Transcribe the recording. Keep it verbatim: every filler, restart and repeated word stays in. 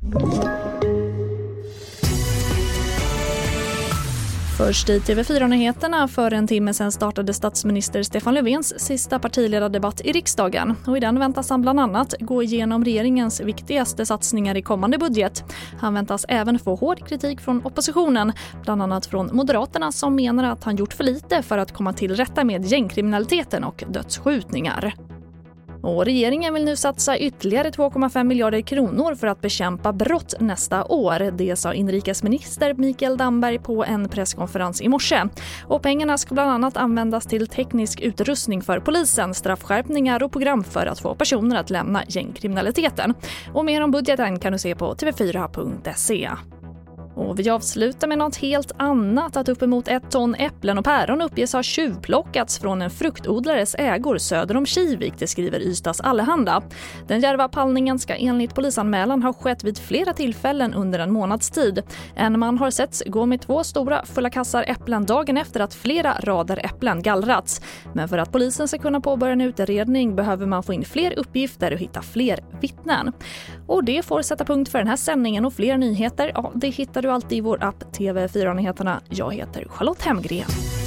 Först i T V fyra-nyheterna för en timme sedan startade statsminister Stefan Löfvens sista partiledardebatt i riksdagen. Och i den väntas han bland annat gå igenom regeringens viktigaste satsningar i kommande budget. Han väntas även få hård kritik från oppositionen, bland annat från Moderaterna som menar att han gjort för lite för att komma till rätta med gängkriminaliteten och dödsskjutningar. Och regeringen vill nu satsa ytterligare två komma fem miljarder kronor för att bekämpa brott nästa år. Det sa inrikesminister Mikael Damberg på en presskonferens i morse. Och pengarna ska bland annat användas till teknisk utrustning för polisen, straffskärpningar och program för att få personer att lämna gängkriminaliteten. Och mer om budgeten kan du se på t v fyra punkt se. Och vi avslutar med något helt annat, att uppemot ett ton äpplen och päron uppges ha tjuvplockats från en fruktodlares ägor söder om Kivik, det skriver Ystads Allehanda. Den djärva pallningen ska enligt polisanmälan ha skett vid flera tillfällen under en månads tid. En man har setts gå med två stora fulla kassar äpplen dagen efter att flera rader äpplen gallrats. Men för att polisen ska kunna påbörja en utredning behöver man få in fler uppgifter och hitta fler vittnen. Och det får sätta punkt för den här sändningen, och fler nyheter, ja, det hittar du alltid i vår app T V fyra-nyheterna. Jag heter Charlotte Hemgren.